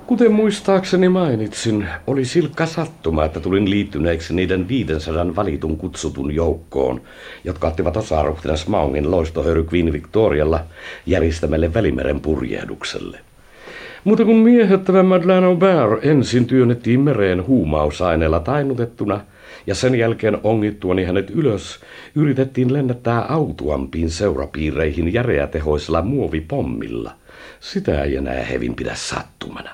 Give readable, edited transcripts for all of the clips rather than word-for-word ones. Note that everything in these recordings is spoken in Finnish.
Kuten muistaakseni mainitsin, oli silkka sattuma, että tulin liittyneeksi niiden 500 valitun kutsutun joukkoon, jotka ottivat osaa ruhtinas Maungin loistohöyry Queen Victorialla järjestämälle Välimeren purjehdukselle. Mutta kun miehettävä Madeleine Aubert ensin työnnettiin mereen huumausaineella tainnutettuna ja sen jälkeen ongittuani hänet ylös, yritettiin lennättää autuampiin seurapiireihin järeätehoisella muovipommilla. Sitä ei enää hevin pidä sattumana.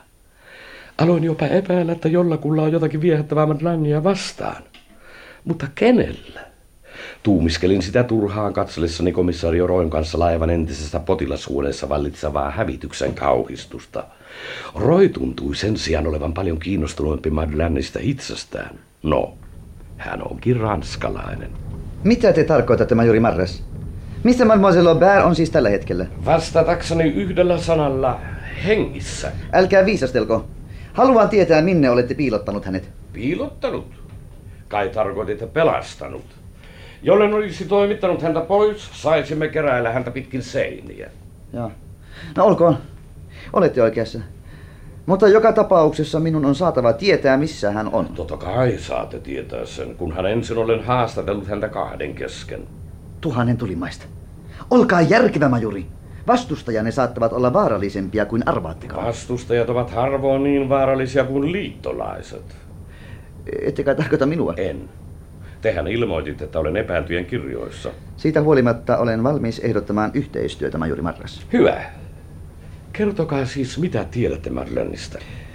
Aloin jopa epäillä, että jollakulla on jotakin viehättävää Madeleinea vastaan. Mutta kenellä? Tuumiskelin sitä turhaan katsellessani komissario Royn kanssa laivan entisessä potilashuoneessa vallitsevaa hävityksen kauhistusta. Roy tuntui sen sijaan olevan paljon kiinnostuneempi Madeleineista itsestään. No, hän onkin ranskalainen. Mitä te tarkoitatte, majori Marras? Missä mademoiselle Aubert on siis tällä hetkellä? Vastatakseni yhdellä sanalla hengissä. Älkää viisastelko. Haluan tietää, minne olette piilottanut hänet. Piilottanut? Kai tarkoititte pelastanut. Jollen olisi toimittanut häntä pois, saisimme keräillä häntä pitkin seiniä. Joo. No olkoon. Olette oikeassa. Mutta joka tapauksessa minun on saatava tietää, missä hän on. Totta kai saatte tietää sen, kunhan ensin olen haastatellut häntä kahden kesken. 1000 tulimaista. Olkaa järkevä, majuri. Vastustajanne saattavat olla vaarallisempia kuin arvaattekaan. Vastustajat ovat harvoin niin vaarallisia kuin liittolaiset. Ette kai tarkoita minua? En. Tehän ilmoitit, että olen epäiltyjen kirjoissa. Siitä huolimatta olen valmis ehdottamaan yhteistyötä, majuri Marras. Hyvä. Kertokaa siis, mitä tiedätte Madeleinestä.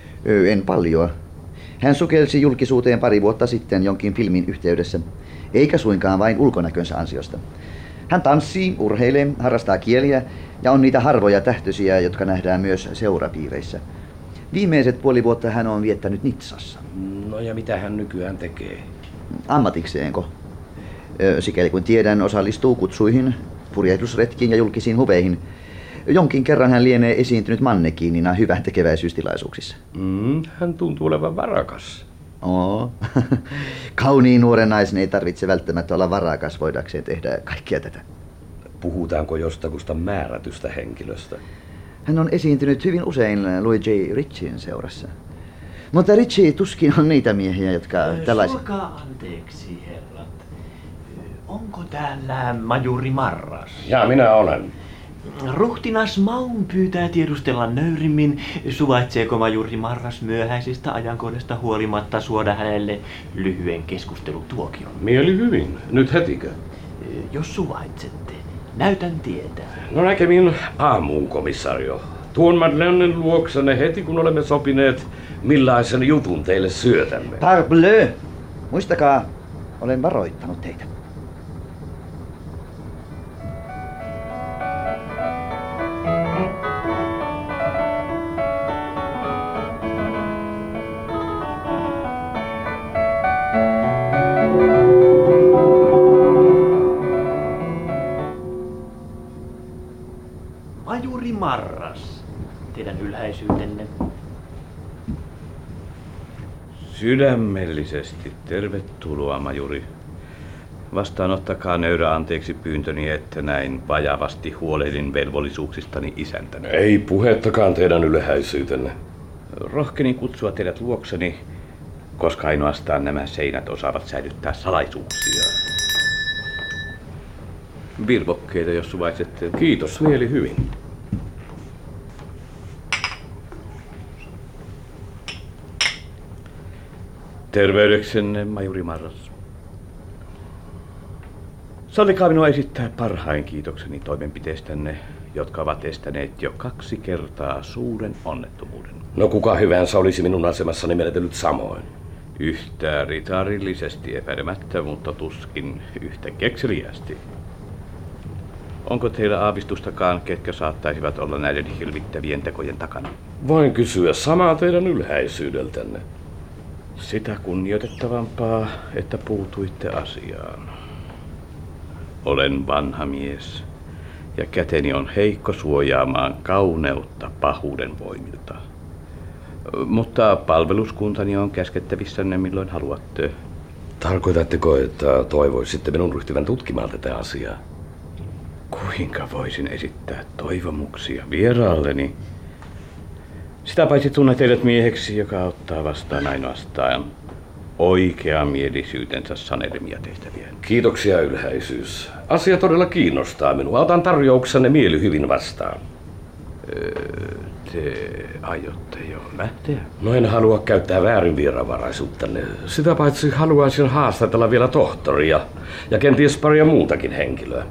En paljoa. Hän sukelsi julkisuuteen pari vuotta sitten jonkin filmin yhteydessä, eikä suinkaan vain ulkonäkönsä ansiosta. Hän tanssii, urheilee, harrastaa kieliä ja on niitä harvoja tähtöisiä, jotka nähdään myös seurapiireissä. Viimeiset puoli vuotta hän on viettänyt Nizzassa. No ja mitä hän nykyään tekee? Ammatikseenko? Sikäli kuin tiedän, osallistuu kutsuihin, purjehdusretkiin ja julkisiin huveihin. Jonkin kerran hän lienee esiintynyt mannekiinina hyvän tekeväisyystilaisuuksissa. Hän tuntuu olevan varakas. Kauniin nuoren naisen ei tarvitse välttämättä olla varakas voidakseen tehdä kaikkea tätä. Puhutaanko jostakusta määrätystä henkilöstä? Hän on esiintynyt hyvin usein Louis J. Ritchien seurassa. Mutta Ritchie tuskin on niitä miehiä, jotka tällaisia... Suokaa anteeksi, herrat. Onko täällä majuri Marras? Ja minä olen. Ruhtinas Maun pyytää tiedustella nöyrimmin, suvaitseeko majuri Marras myöhäisestä ajankohdasta huolimatta suoda hänelle lyhyen keskustelutuokion. Mieli hyvin. Nyt hetikö? Jos suvaitsette, näytän tietää. No näkemin aamuun, komisario. Tuon Madeleinen luoksenne heti, kun olemme sopineet, millaisen jutun teille syötämme. Parbleu! Muistakaa, olen varoittanut teitä. Majuri Marras, teidän ylhäisyytenne. Sydämellisesti tervetuloa, majuri. Vastaanottakaa nöyrä anteeksi pyyntöni, että näin vajavasti huolehdin velvollisuuksistani isäntänä. Ei puhettakaan teidän ylhäisyytenne. Rohkenin kutsua teidät luokseni, koska ainoastaan nämä seinät osaavat säilyttää salaisuuksia. Virvokkeita, jos suvaitsette. Kiitos, mieli hyvin. Terveydeksenne, majuri Marras. Sallikaa minua esittää parhain kiitokseni toimenpiteestänne, jotka ovat estäneet jo 2 kertaa suuren onnettomuuden. No kuka hyvänsä olisi minun asemassani menetellyt samoin? Yhtä ritarillisesti epäilemättä, mutta tuskin yhtä kekseliästi. Onko teillä aavistustakaan, ketkä saattaisivat olla näiden hirvittävien tekojen takana? Voin kysyä samaa teidän ylhäisyydeltänne. Sitä kunnioitettavampaa, että puutuitte asiaan. Olen vanha mies, ja käteni on heikko suojaamaan kauneutta pahuuden voimilta. Mutta palveluskuntani on käskettävissänne milloin haluatte. Tarkoitatteko, että toivoisitte minun ryhtyvän tutkimaan tätä asiaa? Kuinka voisin esittää toivomuksia vieraalleni? Sitä paitsi tunnet teidät mieheksi, joka ottaa vastaan ainoastaan oikeamielisyytensä sanelemia tehtäviä. Kiitoksia, ylhäisyys. Asia todella kiinnostaa minua. Otan tarjouksenne mielihyvin vastaan. Te aiotte jo lähteä? No en halua käyttää väärin vieraanvaraisuuttanne. Sitä paitsi haluaisin haastatella vielä tohtoria ja kenties paria muutakin henkilöä.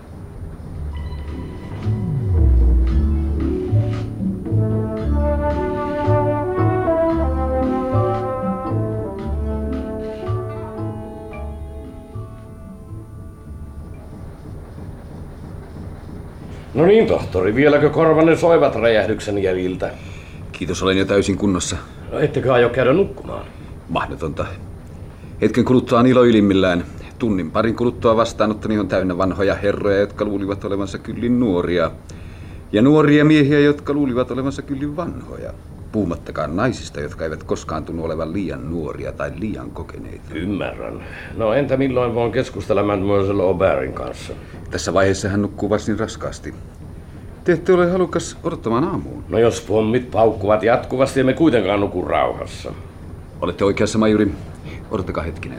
No niin, tohtori, vieläkö korvanne soivat räjähdyksen jäljiltä? Kiitos, olen jo täysin kunnossa. No ettekö aio käydä nukkumaan? Mahdotonta. Hetken kuluttua on ilo ylimmillään. Tunnin parin kuluttua vastaanottoni on täynnä vanhoja herroja, jotka luulivat olevansa kyllin nuoria. Ja nuoria miehiä, jotka luulivat olevansa kyllin vanhoja. Puhumattakaan naisista, jotka eivät koskaan tunnu olevan liian nuoria tai liian kokeneita. Ymmärrän. No entä milloin voin keskustella Mademoiselle Aubertin kanssa? Tässä vaiheessa hän nukkuu varsin raskaasti. Te ette ole halukas odottamaan aamuun. No jos pommit paukkuvat jatkuvasti, emme kuitenkaan nuku rauhassa. Olette oikeassa, majuri. Odottakaa hetkinen.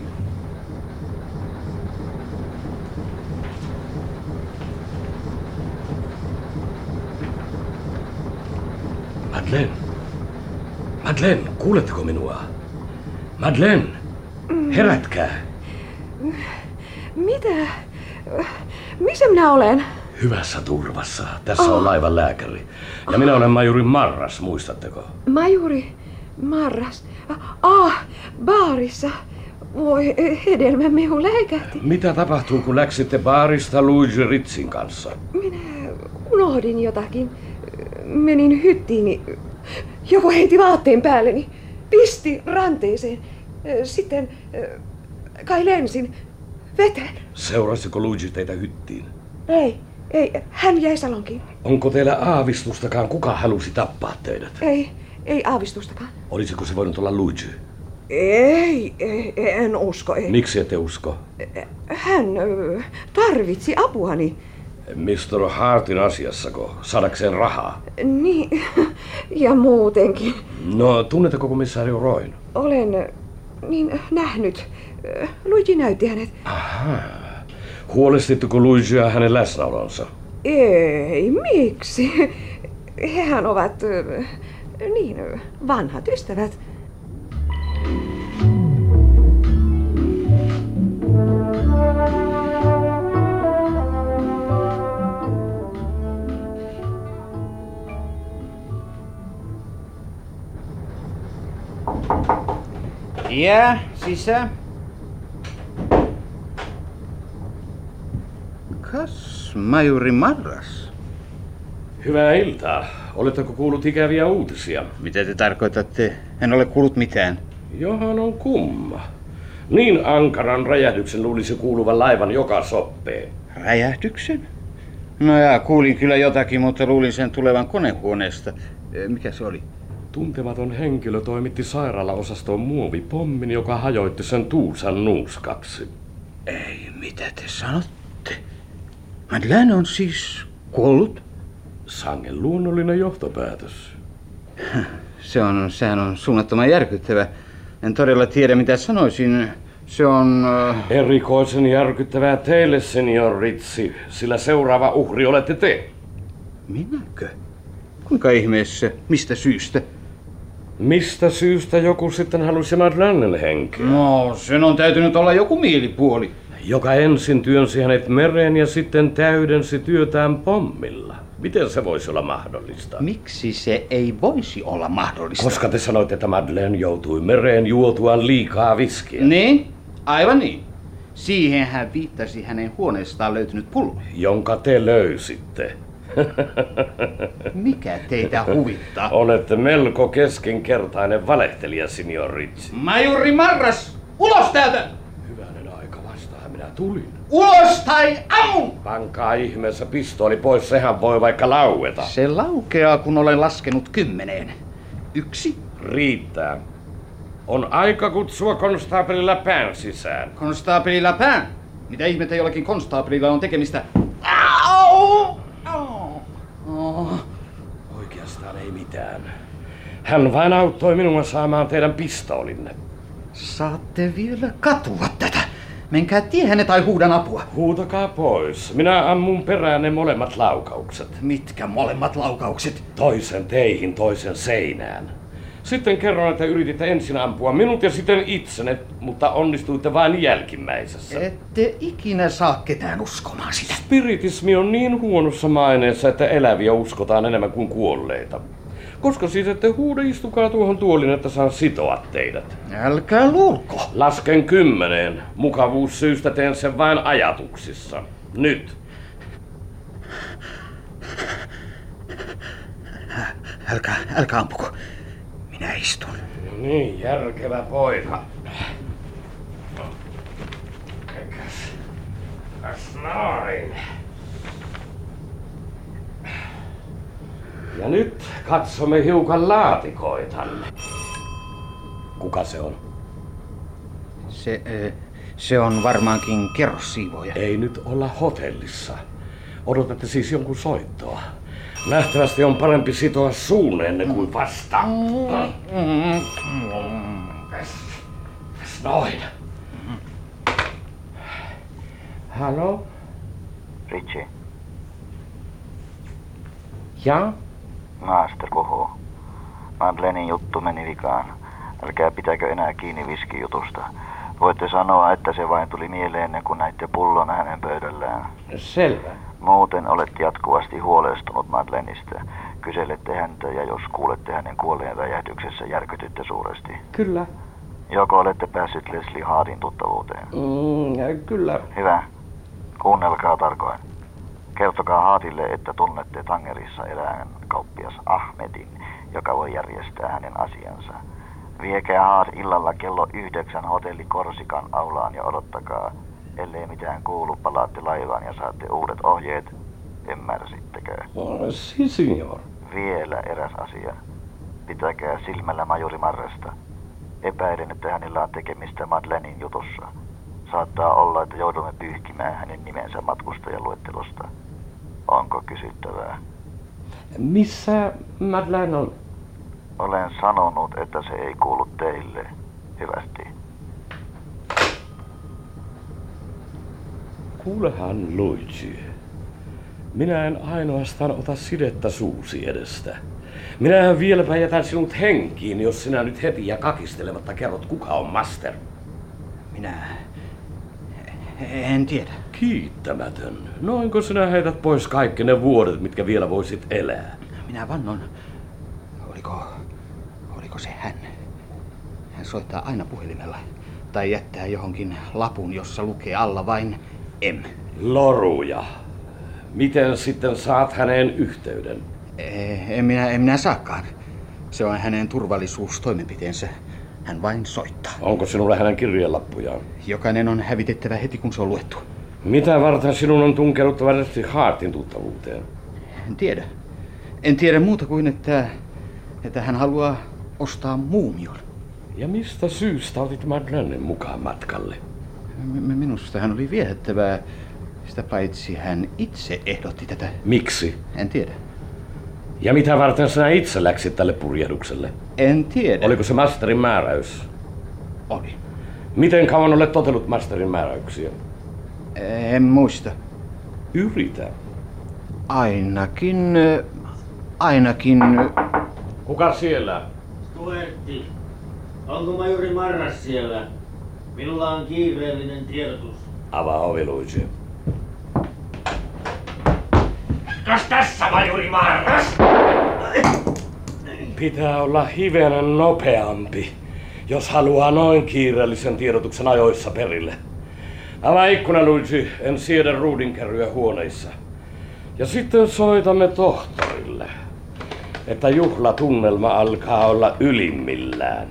Madeleine! Madeleine, kuuletteko minua? Madeleine! Herätkää! Mitä? Missä minä olen? Hyvässä turvassa. Tässä on laivan lääkäri. Ja minä olen majuri Marras, muistatteko? Majuri Marras. Baarissa. Voi hedelmämehu läikähti. Mitä tapahtuu, kun läksitte baarista Luigi Ritzin kanssa? Minä unohdin jotakin. Menin hyttiini. Joku heiti vaatteen päälleni. Pisti ranteeseen. Sitten kai lensin veteen. Seurasiko Luigi teitä hyttiin? Ei. Hän jäi salonkiin. Onko teillä aavistustakaan, kuka halusi tappaa teidät? Ei aavistustakaan. Olisiko se voinut olla Luigi? En usko, ei. Miksi ette usko? Hän tarvitsi apuani. Mr. Hartin asiassako? Saadakseen rahaa? Niin, ja muutenkin. No, tunnetteko komissaari Royn? Olen nähnyt. Luigi näytti hänet. Ahaa. Huolestitteko Luigia hänen läsnäolonsa? Ei, miksi? Hehän ovat vanhat ystävät. Ja, sisään. Kas, majuri Marras. Hyvää iltaa. Oletteko kuullut ikäviä uutisia? Mitä te tarkoitatte? En ole kuullut mitään. Johan on kumma. Niin ankaran räjähdyksen luulisi kuuluvan laivan joka soppeen. Räjähdyksen? No ja, kuulin kyllä jotakin, mutta luulin sen tulevan konehuoneesta. Mikä se oli? Tuntematon henkilö toimitti sairaalaosastoon muovipommin, joka hajoitti sen tuusan nuuskaksi. Ei, mitä te sanotte? Madeleine on siis kuollut? Sangen luonnollinen johtopäätös. Sehän on suunnattoman järkyttävä. En todella tiedä, mitä sanoisin. Se on... Erikoisen järkyttävää teille, senior Ritzi, sillä seuraava uhri olette te. Minäkö? Kuinka ihmeessä? Mistä syystä? Mistä syystä joku sitten halusi Madeleinen henkeä? No, sen on täytynyt olla joku mielipuoli. Joka ensin työnsi hänet mereen ja sitten täydensi työtään pommilla. Miten se voisi olla mahdollista? Miksi se ei voisi olla mahdollista? Koska te sanoitte, että Madeleine joutui mereen juotuaan liikaa viskiä. Niin, aivan niin. Siihen hän viittasi hänen huoneestaan löytynyt pullo. Jonka te löysitte. Mikä teitä huvittaa? Olette melko keskinkertainen valehtelija, signor Ritzi. Majuri Marras, ulos täältä! Hyvänen aika, vastaan minä tulin. Ulos tai ammun! Pankaa ihmeessä pistooli pois, sehän voi vaikka laueta. Se laukeaa, kun olen laskenut 10. 1. Riittää. On aika kutsua konstaapeli Lapin sisään. Konstaapeli Lapin? Mitä ihmettä jollakin konstaapelilla on tekemistä? Au! Oikeastaan ei mitään. Hän vain auttoi minua saamaan teidän pistoolinne. Saatte vielä katua tätä. Menkää tiehenne tai huudan apua. Huutakaa pois. Minä ammun perään ne molemmat laukaukset. Mitkä molemmat laukaukset? Toisen teihin, toisen seinään. Sitten kerron, että yrititte ensin ampua minut ja sitten itsenne, mutta onnistuitte vain jälkimmäisessä. Ette ikinä saa ketään uskomaan sitä. Spiritismi on niin huonossa maineessa, että eläviä uskotaan enemmän kuin kuolleita. Koska siis ette huuda, istukaa tuohon tuolin, että saan sitoa teidät. Älkää luulko. Lasken 10. Mukavuussyystä teen sen vain ajatuksissa. Nyt. Älkää ampuko. Minä istun. Niin, järkevä poika. Kas noin. Ja nyt katsomme hiukan laatikoitanne. Kuka se on? Se on varmaankin kerrossiivooja. Ei nyt olla hotellissa. Odotatte siis jonkun soittoa. Nähtävästi on parempi sitoa suuneenne kuin vasta. Noin. Hallå? Richie, Ja? Master puhuu. Madeleinin juttu meni vikaan. Älkää pitäkö enää kiinni viskijutusta. Voitte sanoa, että se vain tuli mieleenne, kun näitte pullon hänen pöydällään. Selvä. Muuten olette jatkuvasti huolestunut Madeleinestä. Kyselette häntä ja jos kuulette hänen kuolleen räjähdyksessä, järkytytte suuresti. Kyllä. Joko olette päässyt Leslie Hardin tuttavuuteen? Kyllä. Hyvä. Kuunnelkaa tarkoin. Kertokaa Hardille, että tunnette Tangerissa elään kauppias Ahmedin, joka voi järjestää hänen asiansa. Viekää Hard illalla kello 9 hotelli Korsikan aulaan ja odottakaa. Ellei mitään kuulu, palaatte laivaan ja saatte uudet ohjeet. Ymmärsittekö? Si, signor. Vielä eräs asia. Pitäkää silmällä majuri Marresta. Epäilen, että hänellä on tekemistä Madeleinin jutussa. Saattaa olla, että joudumme pyyhkimään hänen nimensä matkustajaluettelosta. Onko kysyttävää? Missä Madeleine on? Olen sanonut, että se ei kuulu teille. Hyvästi. Kuulehan, Luigi. Minä en ainoastaan ota sidettä suusi edestä. Minähän vieläpä jätän sinut henkiin, jos sinä nyt heti ja kakistelematta kerrot, kuka on Master. Minä en tiedä. Kiittämätön. Noinko sinä heität pois kaikki ne vuodet, mitkä vielä voisit elää? Minä vannon. Oliko se hän? Hän soittaa aina puhelimella. Tai jättää johonkin lapun, jossa lukee alla vain M. Loruja. Miten sitten saat häneen yhteyden? En minä saakaan. Se on hänen turvallisuustoimenpiteensä. Hän vain soittaa. Onko sinulla hänen kirjeenlappujaan? Jokainen on hävitettävä heti, kun se on luettu. Mitä varten sinun on tunkeuduttava Leslie Hardin tuttavuuteen? En tiedä muuta kuin, että hän haluaa ostaa muumion. Ja mistä syystä otit Madeleinen mukaan matkalle? Minusta hän oli viehättävää. Sitä paitsi hän itse ehdotti tätä. Miksi? En tiedä. Ja mitä varten sinä itse läksit tälle purjehdukselle? En tiedä. Oliko se Masterin määräys? Oli. Miten kauan olet totellut Masterin määräyksiä? En muista. Yritä. Ainakin... Kuka siellä? Stuartti. Onko majuri Marras siellä? Minulla on kiireellinen tiedotus. Avaa ovi, Luigi. Kas tässä majuri Marras? Pitää olla hivenen nopeampi, jos haluaa noin kiireellisen tiedotuksen ajoissa perille. Avaa ikkuna, Luigi, en siedä ruudinkerryä huoneissa. Ja sitten soitamme tohtorille, että juhlatunnelma alkaa olla ylimmillään.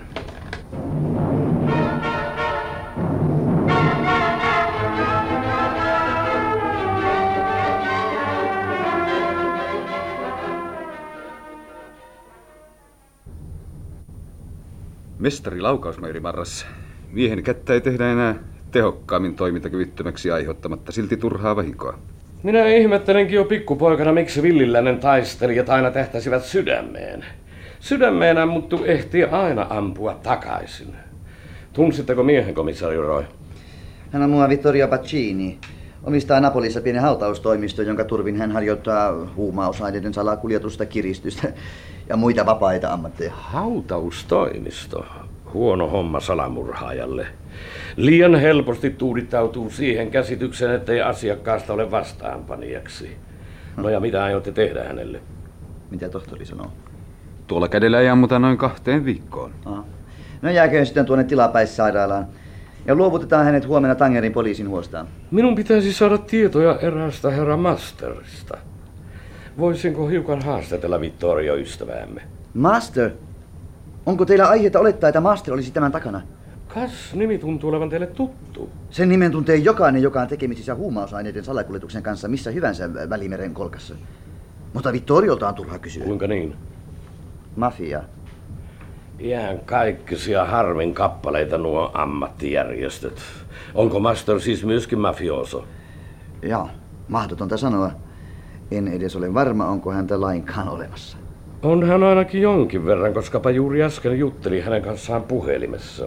Mestari laukausmajuri Marras. Miehen kättä ei tehdä enää tehokkaammin toimintakyvyttömäksi aiheuttamatta silti turhaa vahinkoa. Minä ihmettelenkin jo pikkupoikana, miksi villilläinen taistelijat aina tähtäsivät sydämeen. Sydämeen ammuttu ehtii aina ampua takaisin. Tunsitteko miehen, komissario Roy? Hän on mua Vittorio Pacini. Omistaa Napolissa pienen hautaustoimisto, jonka turvin hän harjoittaa huumausaineiden salakuljetusta, kiristystä ja muita vapaita ammatteja. Hautaustoimisto? Huono homma salamurhaajalle. Liian helposti tuudittautuu siihen käsitykseen, ettei asiakkaasta ole vastaanpanijaksi. No ja mitä aiotte tehdä hänelle? Mitä tohtori sanoo? Tuolla kädellä ei ammuta noin 2 viikkoon. Aha. No jääköön sitten tuonne tilapäissairaalaan. Ja luovutetaan hänet huomenna Tangerin poliisin huostaan. Minun pitäisi saada tietoja eräästä herra Masterista. Voisinko hiukan haastatella Vittorio ystäväämme? Master? Onko teillä aiheita olettaa, että Master olisi tämän takana? Kas, nimi tuntuu olevan teille tuttu. Sen nimen tuntee jokainen, joka on tekemisissä huumausaineiden salakuljetuksen kanssa missä hyvänsä Välimeren kolkassa. Mutta Vittoriolta on turha kysyä. Kuinka niin? Mafia. Ihan kaikkisia harmin kappaleita nuo ammattijärjestöt. Onko Master siis myöskin mafioso? Joo, mahdotonta sanoa. En edes ole varma, onko häntä lainkaan olemassa. On hän ainakin jonkin verran, koskapa juuri äsken jutteli hänen kanssaan puhelimessa.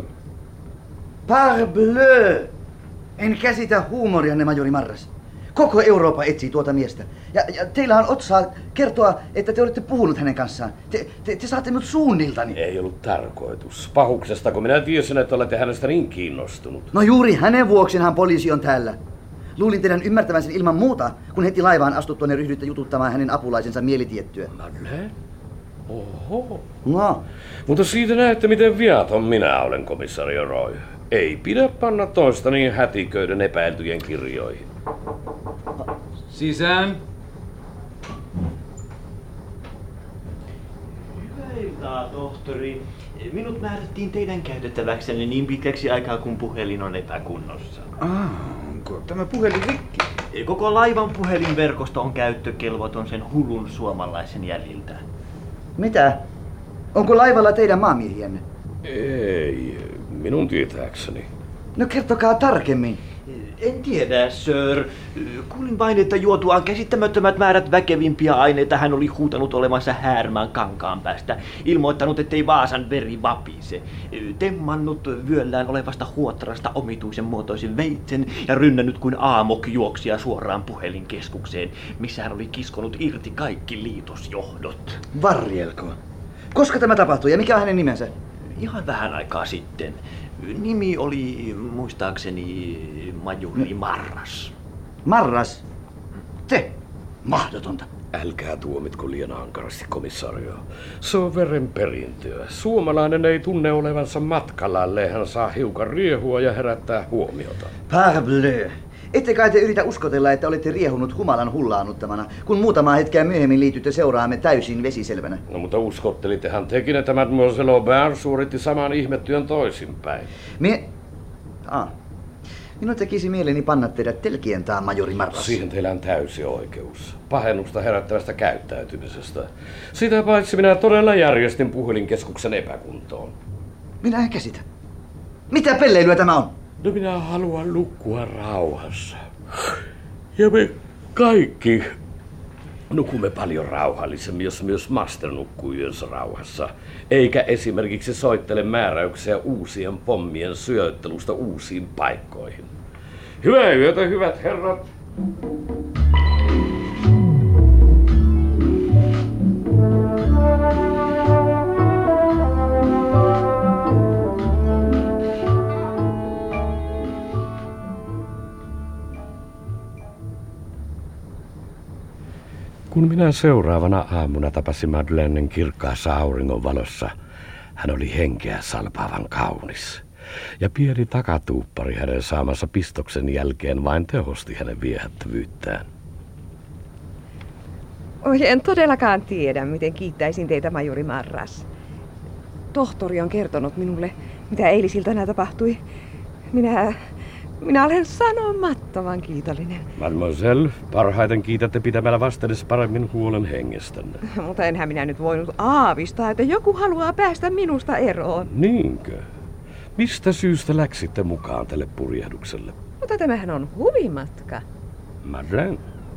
Parbleu! En käsitä huumorianne, majori Marras. Koko Eurooppa etsii tuota miestä. Ja teillä on otsaa kertoa, että te olette puhunut hänen kanssaan. Te saatte minut suunniltani. Ei ollut tarkoitus. Pahuksesta, kun minä tiesin, että olette hänestä niin kiinnostunut. No juuri hänen vuoksenhan poliisi on täällä. Luulin teidän ymmärtävän sen ilman muuta, kun heti laivaan astuttua ne ryhdyitte jututtamaan hänen apulaisensa mielitiettyä. Madeleine? Oho. No. Mutta siitä näette, miten viaton minä olen, komissario Roy. Ei pidä panna toista niin hätiköiden epäiltyjen kirjoihin. Sisään. Hyvää iltaa, tohtori. Minut määrättiin teidän käytettäväksenne niin pitkäksi aikaa, kun puhelin on epäkunnossa. Onko tämä puhelin rikki? Koko laivan puhelinverkosto on käyttökelvoton sen hullun suomalaisen jäljiltä. Mitä? Onko laivalla teidän maamiehienne? Ei, minun tietääkseni. No kertokaa tarkemmin. En tiedä, sir. Kuulin vain, että juotuaan käsittämättömät määrät väkevimpiä aineita hän oli huutanut olevansa Häärmän Kankaanpäästä, ilmoittanut, ettei Vaasan veri vapise, temmannut vyöllään olevasta huotrasta omituisen muotoisen veitsen ja rynnännyt kuin aamokjuoksija suoraan puhelinkeskukseen, missä hän oli kiskonut irti kaikki liitosjohdot. Varjelko? Koska tämä tapahtui ja mikä on hänen nimensä? Ihan vähän aikaa sitten. Nimi oli muistaakseni majuri Marras. Marras? Te? Mahdotonta. Älkää tuomitko liian ankarasti, komissario. Se on verenperintöä. Suomalainen ei tunne olevansa matkallaan, hän saa hiukan riehua ja herättää huomiota. Parbleu! Ette kai te yritä uskotella, että olette riehunut humalan hullaannuttamana, kun muutamaa hetkeä myöhemmin liitytte seuraamme täysin vesiselvänä. No mutta uskottelittehan tekin, että Mademoiselle Aubert suoritti saman ihmetyön toisinpäin. Minun tekisi mieleni panna teidät telkientaan, majori Marras. Siihen teillä on täysi oikeus. Pahennusta herättävästä käyttäytymisestä. Sitä paitsi minä todella järjestin puhelinkeskuksen epäkuntoon. Minä en käsitä. Mitä pelleilyä tämä on? No minä haluan nukkua rauhassa. Ja me kaikki nukumme paljon rauhallisemmin, jos myös Master nukkuu yönsä rauhassa. Eikä esimerkiksi soittele määräyksiä uusien pommien syöttelusta uusiin paikkoihin. Hyvää yötä, hyvät herrat! Kun minä seuraavana aamuna tapasin Madeleinen kirkkaassa auringon valossa, hän oli henkeä salpaavan kaunis. Ja pieni takatuuppari hänen saamansa pistoksen jälkeen vain tehosti hänen viehättävyyttään. Oi, en todellakaan tiedä, miten kiittäisin teitä, majuri Marras. Tohtori on kertonut minulle, mitä eilisiltana tapahtui. Minä olen sanomattoman kiitollinen. Mademoiselle, parhaiten kiitätte pitämällä vastedes paremmin huolen hengestänne. Mutta enhän minä nyt voinut aavistaa, että joku haluaa päästä minusta eroon. Niinkö? Mistä syystä läksitte mukaan tälle purjehdukselle? Mutta tämähän on huvimatka. Madeleine,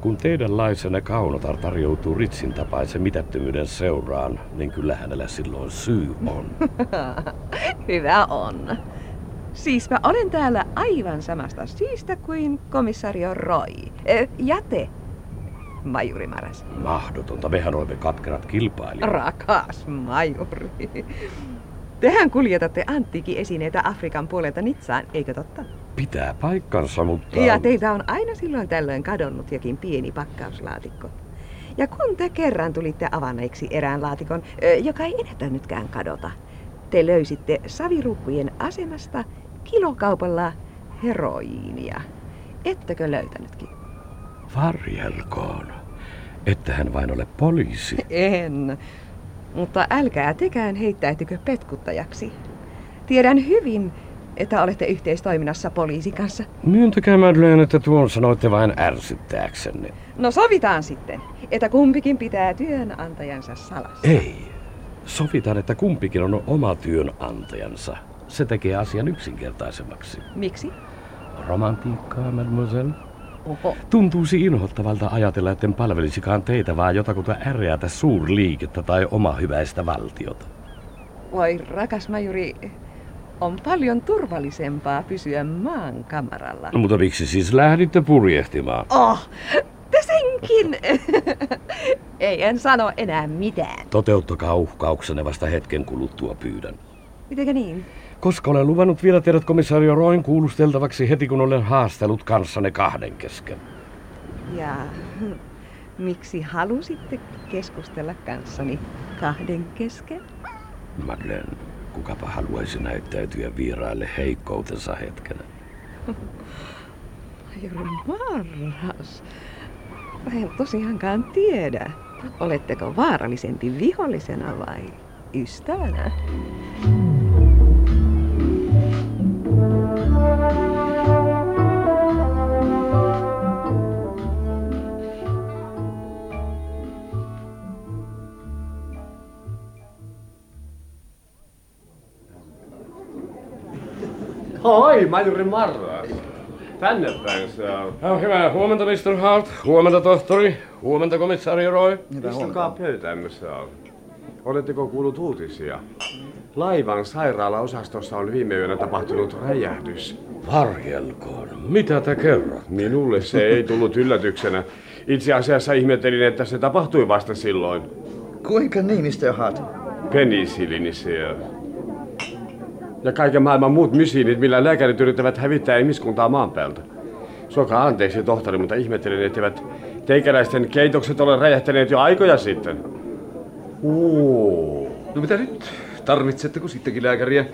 Kun teidänlaisenne kaunotar tarjoutuu Ritsin tapaisen mitättömyyden seuraan, niin kyllä hänellä silloin syy on. Hyvä on. Siispä olen täällä aivan samasta syystä kuin komisario Roy. Ja te, majuri Marras. Mahdotonta, mehän olemme katkerat kilpailijat. Rakas majuri. Tehän kuljetatte antiikin esineitä Afrikan puolelta Nitsaan, eikö totta? Pitää paikkansa, mutta... Ja teiltä on aina silloin tällöin kadonnut jokin pieni pakkauslaatikko. Ja kun te kerran tulitte avanneeksi erään laatikon, joka ei ennätänytkään kadota, te löysitte saviruukkujen asemasta kilokaupalla heroiinia. Ettekö löytänytkin? Varjelkoon. Ettehän vain ole poliisi. En. Mutta älkää tekään heittäytykö petkuttajaksi. Tiedän hyvin, että olette yhteistoiminnassa poliisin kanssa. Myöntäkää, Madeleine, että tuon sanoitte vain ärsyttääksenne. No sovitaan sitten, että kumpikin pitää työnantajansa salassa. Ei. Sovitaan, että kumpikin on oma työnantajansa. Se tekee asian yksinkertaisemmaksi. Miksi? Romantiikkaa, mademoiselle. Oho. Tuntuisi inhottavalta ajatella, etten palvelisikaan teitä, vaan jotakuta äreätä suurliikettä tai omahyväistä valtiota. Voi rakas majuri, on paljon turvallisempaa pysyä maan kamaralla. No, mutta miksi siis lähditte purjehtimaan? Oh, te senkin! Ei en sano enää mitään. Toteuttakaa uhkauksenne vasta hetken kuluttua, pyydän. Mitenkä niin? Koska olen luvannut vielä teidät komisario Royn kuulusteltavaksi heti, kun olen haastellut kanssanne kahden kesken. Ja miksi halusitte keskustella kanssani kahden kesken? Madeleine, kukapa haluaisi näyttäytyä vieraille heikkoutensa hetkenä? Majuri Marras, en tosiaankaan tiedä. Oletteko vaarallisempi vihollisena vai ystävänä? Oi, majuri Marras. Tänne päin se on. Hyvää huomenta, Mr. Hart. Huomenta, tohtori. Huomenta, komissaari Roy. Istukaa pöytään, missä on. Oletteko kuullut uutisia? Laivan sairaalaosastossa on viime yönä tapahtunut räjähdys. Varjelkoon. Mitä te kerrot? Minulle se ei tullut yllätyksenä. Itse asiassa ihmettelin, että se tapahtui vasta silloin. Kuinka niin, Mr. Hart? Penicillinisiä. Ja kaiken maailman muut mysiinit, millä lääkärit yrittävät hävittää ihmiskuntaa maan päältä. Suokaa anteeksi, tohtori, mutta ihmettelin, etteivät teikäläisten keitokset ole räjähtäneet jo aikoja sitten. No mitä nyt? Tarvitsetteko sittenkin lääkäriä?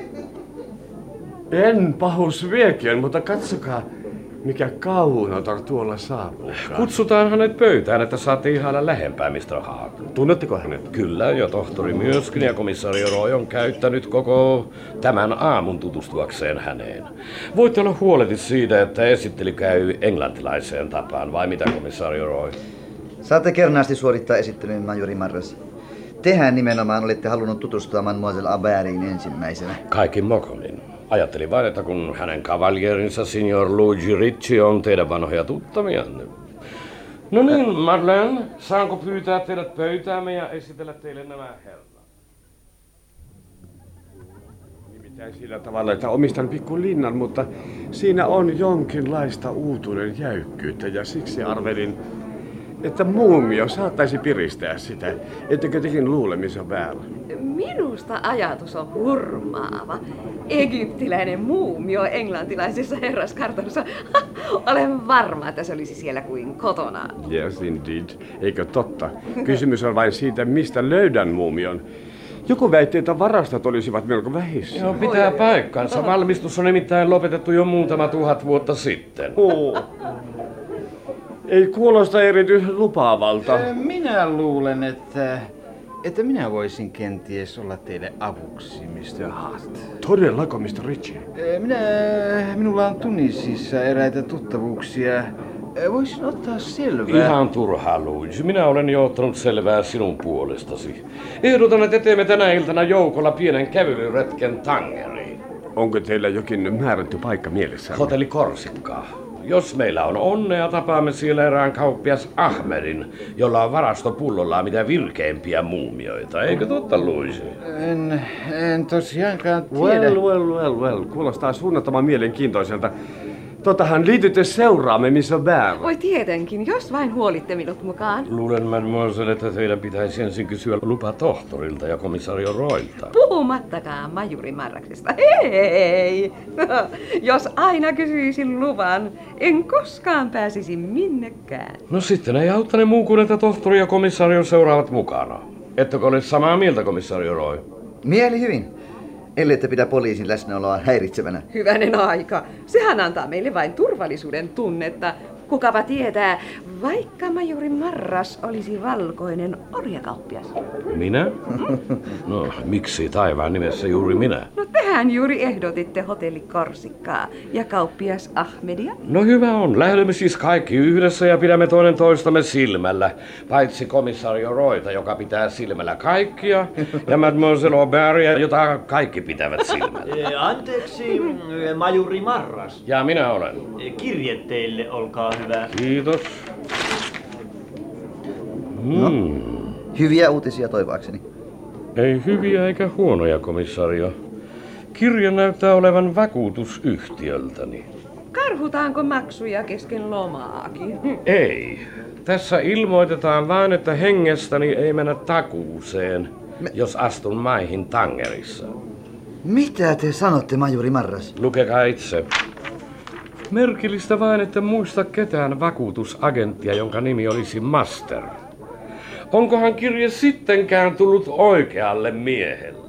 En pahus viekään, mutta katsokaa, mikä kaunotar tuolla saapuu. Kutsutaan hänet pöytään, että saatte ihailla lähempää, Mr. Hart. Tunnetteko hänet? Kyllä, ja tohtori myöskin, ja komissario Roy on käyttänyt koko tämän aamun tutustuakseen häneen. Voitte olla huoletit siitä, että esittely käy englantilaiseen tapaan, vai mitä, komissario Roy? Saatte kernaasti suorittaa esittelyn, majuri Marras. Tehän nimenomaan olette halunnut tutustua Mademoiselle Auberiin ensimmäisenä. Kaikin mokonin. Ajattelin vain, että kun hänen kavalierinsa, signor Luigi Ricci, on teidän vanhoja tuttamianne. No niin, Madeleine, saanko pyytää teidät pöytäämme ja esitellä teille nämä herrat? Nimittäin sillä tavalla, että omistan pikku linnan, mutta siinä on jonkinlaista uutuuden jäykkyyttä ja siksi arvelin, että muumio saattaisi piristää sitä. Ettekö tekin luule, missä on väärin? Minusta ajatus on hurmaava. Egyptiläinen muumio englantilaisessa herraskartanossa. Olen varma, että se olisi siellä kuin kotona. Yes, indeed. Eikö totta? Kysymys on vain siitä, mistä löydän muumion. Joku väitti, että varastot olisivat melko vähissä. Joo, pitää paikkansa. Valmistus on nimittäin lopetettu jo muutama 1000 vuotta sitten. Ei kuulosta erityisen lupaavalta. Minä luulen, että minä voisin kenties olla teille avuksi, Mr. Hart. Todellako, Mr. Ritchie? Minulla on Tunisissa eräitä tuttavuuksia. Voisin ottaa selvää. Ihan turhaa, Luigi. Minä olen jo ottanut selvää sinun puolestasi. Ehdotan, että teemme tänä iltana joukolla pienen kävelyretken Tangeriin. Onko teillä jokin määrätty paikka mielessä? Hotelli Korsikkaa. Jos meillä on onnea, tapaamme siellä erään kauppias Ahmedin, jolla on varastopullollaan mitä virkeimpiä muumioita. Eikö totta, Luisi? En tosiaankaan tiedä. Well. Kuulostaa suunnattoman mielenkiintoiselta. Totahan liitytte seuraamme, missä on Bär. Oi tietenkin, jos vain huolitte minut mukaan. Luulen, mademoiselle, että teidän pitäisi ensin kysyä lupa tohtorilta ja komisario Roilta. Puhumattakaan majuri Marraksesta. Hei! Jos aina kysyisin luvan, en koskaan pääsisi minnekään. No sitten ei auttane muu kuin, että tohtori ja komisario seuraavat mukana. Ettekö ole samaa mieltä, komisario Roy? Mieli hyvin. Ellei te pidä poliisin läsnäoloa häiritsevänä. Hyvänen aika. Sehän antaa meille vain turvallisuuden tunnetta. Kukapa tietää, vaikka majuri Marras olisi valkoinen orjakauppias. Minä? No, miksi taivaan nimessä juuri minä? No tehän juuri ehdotitte hotelli Korsikkaa ja kauppias Ahmedia. No hyvä on. Lähdemme siis kaikki yhdessä ja pidämme toinen toistamme silmällä. Paitsi komisario Roita, joka pitää silmällä kaikkia, ja mademoiselle Aubairia, jota kaikki pitävät silmällä. Anteeksi, majuri Marras. Ja minä olen. Kirje teille, olkaa hyvä. Kiitos. No, hyviä uutisia toivoakseni. Ei hyviä eikä huonoja, komisario. Kirja näyttää olevan vakuutusyhtiöltäni. Karhutaanko maksuja kesken lomaakin? Ei. Tässä ilmoitetaan vain, että hengestäni ei mennä takuuseen, jos astun maihin Tangerissa. Mitä te sanotte, majuri Marras? Lukekaa itse. Merkillistä vain, että muista ketään vakuutusagenttia, jonka nimi olisi Master. Onkohan kirje sittenkään tullut oikealle miehelle?